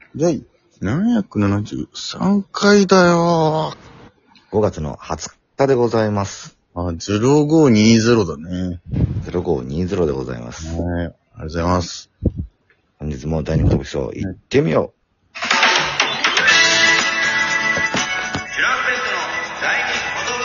第773回だよ 5月の20日でございます。 0520だね。 0520でございます。 はい。ありがとうございます。 本日も第2トークショー行ってみよう。 チュランペットの第2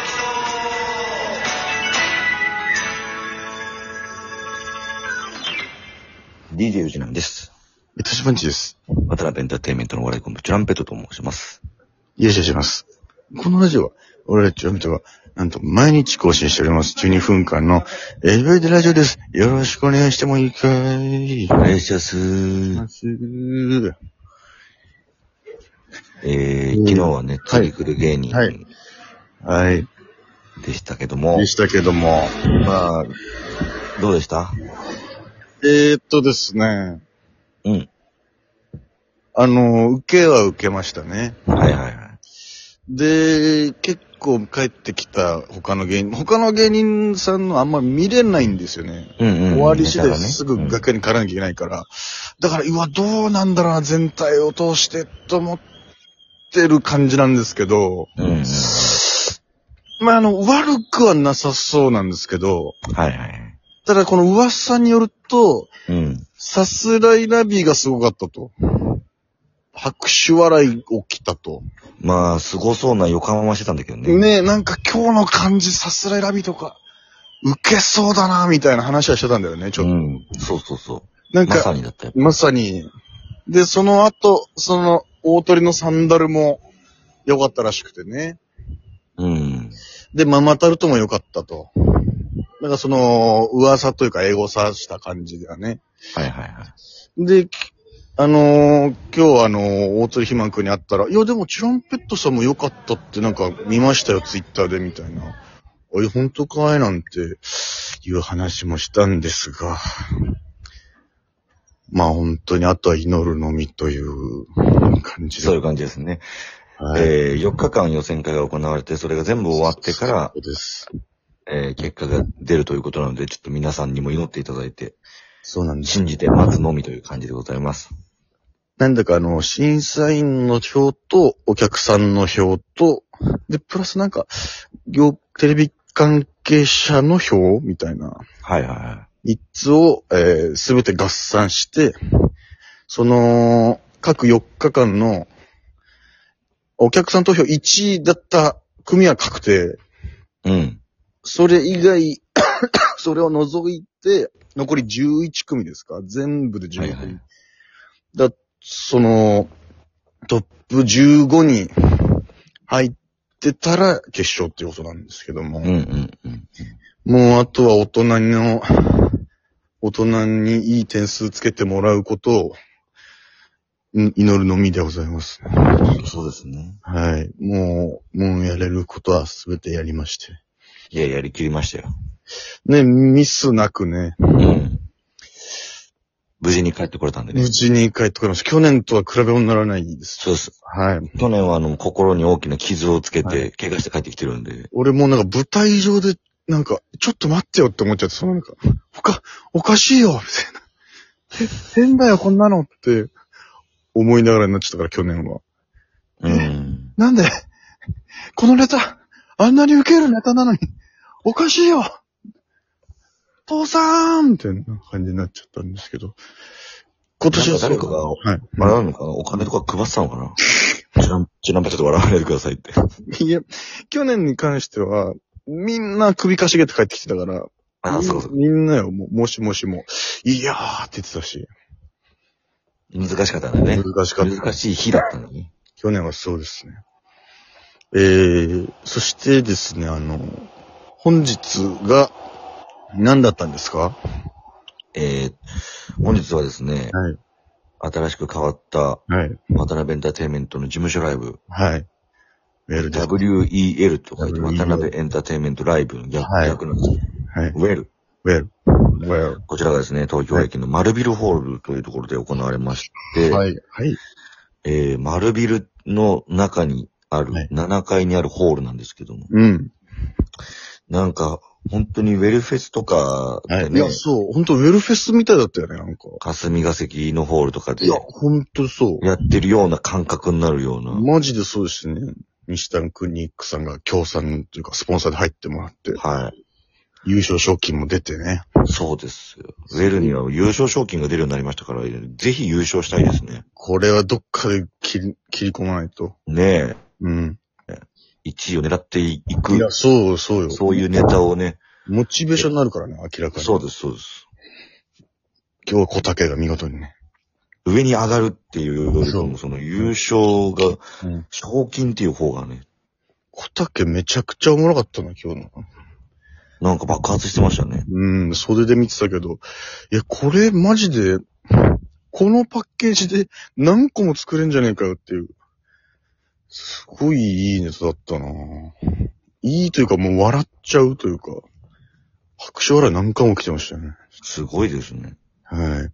DJ ゆうじなんです。 いたしばんちです。 渡辺エンターテインメントの笑いコンビチュランペットと申します。 よろしくお願いします。このラジオは、俺たちチュランペットが、なんと毎日更新しております。12分間のエビバディラジオです。よろしくお願いしてもいいかい。 お願いします。昨日はね、次来る芸人はい。 でしたけども。 でしたけども。 まあ、どうでした？ ですね。 うん。 受けは受けましたね。 はいはいはい。 で、結構帰ってきた他の芸人さんのあんま見れないんですよね。終わり次第すぐ楽屋に帰らなきゃいけないから。だから、どうなんだろうな、全体を通してと思ってる感じなんですけど。まあ、悪くはなさそうなんですけど。 はいはい。 ただ、この噂によると、さすらいラビーがすごかったと。拍手笑い起きたと。 まあ、凄そうな予感はしてたんだけどね。 ねえ、なんか今日の感じ、さすらいラビーとか、受けそうだな、みたいな話はしてたんだよね、ちょっと。 そうそうそう。 なんか、 まさにだったよ。 まさに。で、その後、大鳥のサンダルも良かったらしくてね。で、ママタルトも良かったと。なんか噂というか、エゴサした感じだね。 はいはいはい。 で、今日大鳥ひまんくんに会ったら、いやでもチュランペットさんも良かったってなんか見ましたよ、ツイッターでみたいな。本当かいなんていう話もしたんですが。まあ本当にあとは祈るのみという感じで。 そういう感じですね。 はい、 4日間予選会が行われて、それが全部終わってから、 そうです。 結果が出るということなので、ちょっと皆さんにも祈っていただいて、 そうなんです。 信じて待つのみという感じでございます。 なんだか審査員の票と、お客さんの票と、で、プラスなんか、テレビ関係者の票みたいな。 はいはいはい。 3つを、すべて合算して、各4日間の、お客さん投票1位だった組は確定。それ以外、それを除いて、残り11組ですか？全部で11組。はいはい、トップ15に入ってたら決勝っていうことなんですけども。もうあとは大人にいい点数つけてもらうことを祈るのみでございます。 そうですね。 はい。もうやれることはすべてやりまして。 いや、やりきりましたよ。 ね、ミスなくね。 無事に帰ってこれたんでね。 無事に帰ってこれました。去年とは比べ物にならないです。 そうです。 はい。 去年は心に大きな傷をつけて、怪我して帰ってきてるんで。 俺もなんか舞台上で、なんか、ちょっと待ってよって思っちゃって、なんか、おかしいよみたいな。変だよ、こんなのって思いながらになっちゃったから、去年は。なんで、このネタ、あんなに受けるネタなのに、おかしいよ父さんみたいな感じになっちゃったんですけど。今年は誰かが、笑うのかな、お金とか配ってたのかなチュランペットで笑わないでくださいって。 いや、去年に関しては、みんな首かしげて帰ってきてたから、みんなよ、もしもしも、いやーって言ってたし。 難しかったんだね。 難しい日だったんだね。 去年はそうですね。そしてですね、本日が、何だったんですか？ 本日はですね、新しく変わった、渡辺エンターテインメントの事務所ライブ。WEL と書いて、渡辺エンターテインメントライブの逆なんです。WEL。こちらがですね、東京駅の丸ビルホールというところで行われまして、丸ビルの中にある、7階にあるホールなんですけども、なんか、 本当にウェルフェスとかでね。 いや、そう。本当ウェルフェスみたいだったよね、なんか。 霞が関のホールとかで。 いや、本当そう。 やってるような感覚になるような。 マジでそうですね。西谷クリニックさんが協賛というかスポンサーで入ってもらって。 はい。 優勝賞金も出てね。 そうですよ。ウェルには優勝賞金が出るようになりましたから、ぜひ優勝したいですね。 これはどっかで切り込まないと。 ねえ。 うん。 1位を狙っていく。 いや、そうよ。 そういうネタをね。 モチベーションになるからね、明らかに。 そうです。今日は小竹が見事にね。 上に上がるっていうよりも、その優勝が、賞金っていう方がね。 小竹めちゃくちゃおもろかったな、今日の。 なんか爆発してましたね。 袖で見てたけど。いや、これマジで、このパッケージで何個も作れんじゃねえかよっていう。すごいいいネタだったな。いいというかもう笑っちゃうというか。拍手笑い何回も来てましたよね。 すごいですね。 はい。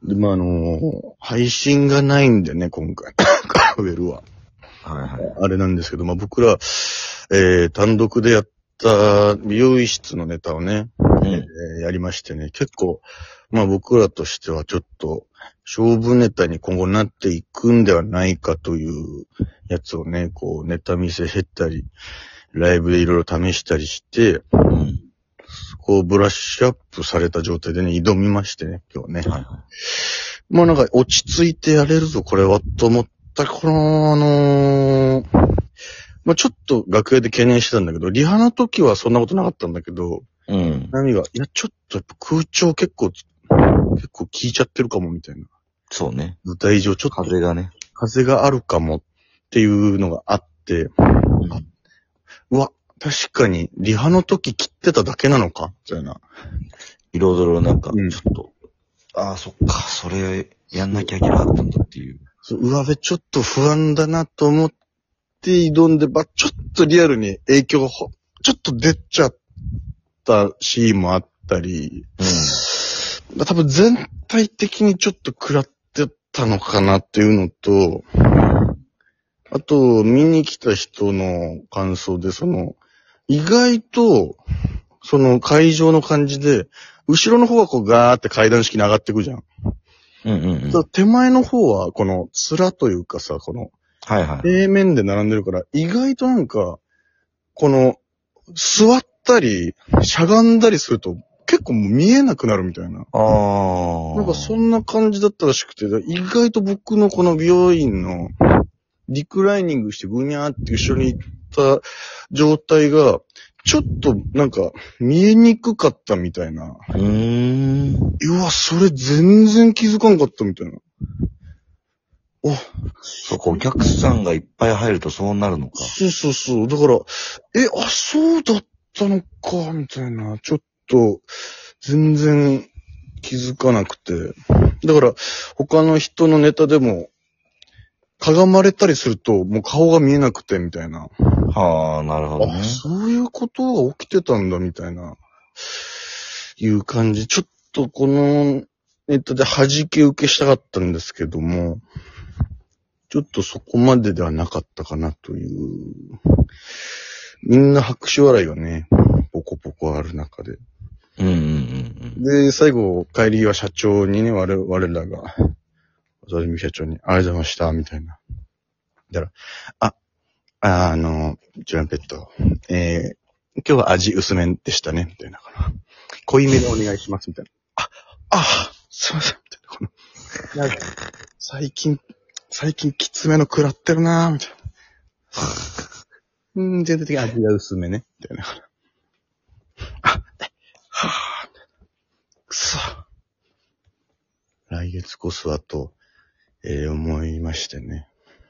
で、配信がないんでね、今回。ウェルは。あれなんですけど、僕ら、単独でやった美容室のネタをね、やりましてね、結構、僕らとしてはちょっと、勝負ネタに今後なっていくんではないかというやつをね、こう、ネタ見せ減ったり、ライブでいろいろ試したりして、こう、ブラッシュアップされた状態でね、挑みましてね、今日ね。なんか、落ち着いてやれるぞ、これは、と思ったら、この、ちょっと楽屋で懸念してたんだけど、リハの時はそんなことなかったんだけど、何が、いや、ちょっとやっぱ空調結構効いちゃってるかも、みたいな。 そうね。 舞台上ちょっと。風があるかもっていうのがあって、うわ、確かに、リハの時切ってただけなのかみたいな。 いろいろなんか、ちょっと、そっか、それ、やんなきゃいけなかったんだっていう。 うわべ、ちょっと不安だなと思って挑んでちょっとリアルに影響がちょっと出ちゃったシーンもあったり、多分全体的にちょっと食らってたのかなっていうのと、あと、見に来た人の感想で、意外と、会場の感じで、後ろの方はこうガーって階段式に上がっていくじゃん。手前の方は、この面というかさ、平面で並んでるから、意外となんか、座ったり、しゃがんだりすると、結構もう見えなくなるみたいな。なんかそんな感じだったらしくて、意外と僕のこの美容院の、リクライニングしてぐにゃーって後ろに行った状態が、ちょっとなんか見えにくかったみたいな。うわ、それ全然気づかんかったみたいな。 そこお客さんがいっぱい入るとそうなるのか。 そう。だから、そうだったのか、みたいな。ちょっと、全然気づかなくて。だから、他の人のネタでも、かがまれたりすると、もう顔が見えなくて、みたいな。 なるほどね。 そういうことが起きてたんだ、みたいな。いう感じ。ちょっとこのネタで弾き受けしたかったんですけども、ちょっとそこまでではなかったかなという。みんな拍手笑いがね、ポコポコある中で。で、最後、帰りは社長にね、我らが、小田社長に、ありがとうございました、みたいな。だから、ジュランペット、今日は味薄めでしたね、みたいな。濃いめでお願いします、みたいな。すいません、みたいな。なんか最近きつめの食らってるなぁ、みたいな。全体的に味が薄めね、みたいな。くそ。来月こそはと、思いましてね。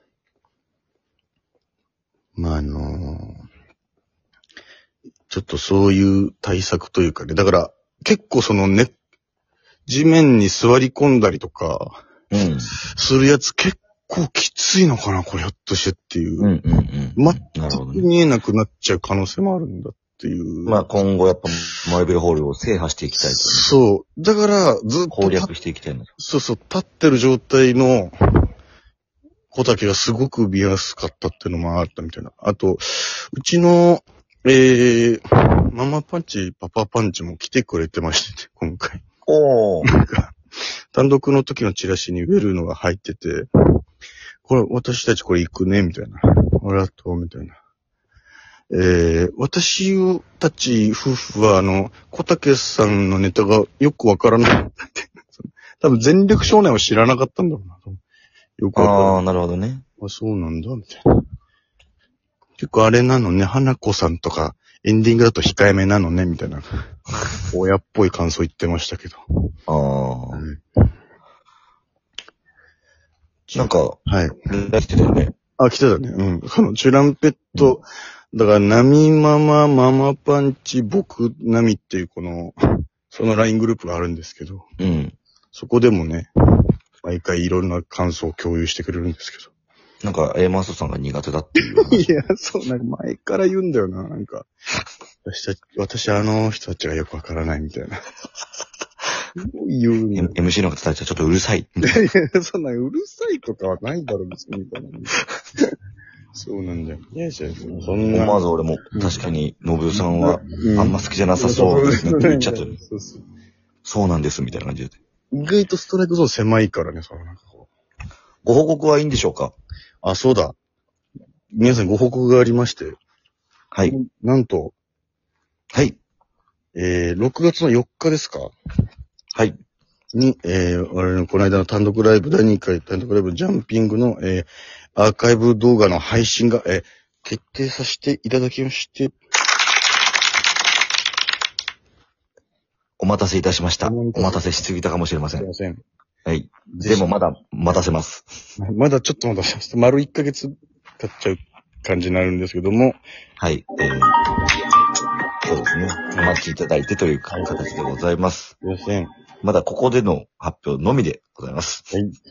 ちょっとそういう対策というかね、だから結構地面に座り込んだりとか、するやつ結構きついのかな、これひょっとしてっていう。全く見えなくなっちゃう可能性もあるんだっていう。 今後やっぱマルベルホールを制覇していきたいと、ね。 そう。だからずっと攻略していきたいんだ。 そう、立ってる状態の小竹がすごく見やすかったっていうのもあったみたいな。あと、うちの、 ママパンチ、パパパンチも来てくれてまして、今回。 おー。 なんか、単独の時のチラシにウェルのが入ってて、これ、私たちこれ行くね、みたいな。ありがとう、みたいな。私たち夫婦は、小竹さんのネタがよくわからなかったって。多分全力少年を知らなかったんだろうな。よくわからない。 ああ、なるほどね。 あ、そうなんだ、みたいな。結構あれなのね、花子さんとか、エンディングだと控えめなのね、みたいな。親っぽい感想言ってましたけど。 ああ、うん。なんか、はい。来てたよね。 あ、来てたね。うん。チュランペット、だから、ナミママ、ママパンチ、僕、ナミっていうその LINE グループがあるんですけど。 うん。 そこでもね、毎回いろんな感想を共有してくれるんですけど。 なんか、A マストさんが苦手だっていう。 いや、そう、なんか前から言うんだよな、なんか。私あの人たちがよくわからないみたいな。言う。 MC の方たちはちょっとうるさい。 いやいや、そんなうるさいとかはないだろう、別に、みたいな。そうなんだよ。いやいや、そんな。 思わず俺も、確かに、信代さんは、あんま好きじゃなさそうですねって言っちゃってる。そうなんです、みたいな感じで。 意外とストライクゾーン狭いからね、なんかこう。 ご報告はいいんでしょうか？ あ、そうだ。皆さんご報告がありまして。 はい。 なんと。 はい。 6月の4日ですか？ はい。 に、我々のこの間の単独ライブ、第2回単独ライブジャンピングの、アーカイブ動画の配信が、決定させていただきまして。 お待たせいたしました。お待たせしすぎたかもしれません。 すいません。 はい。でもまだ待たせます。 まだちょっと待たせます。丸1ヶ月経っちゃう感じになるんですけども。 はい。そうですね。お待ちいただいてという形でございます。 すいません。 まだここでの発表のみでございます。 はい。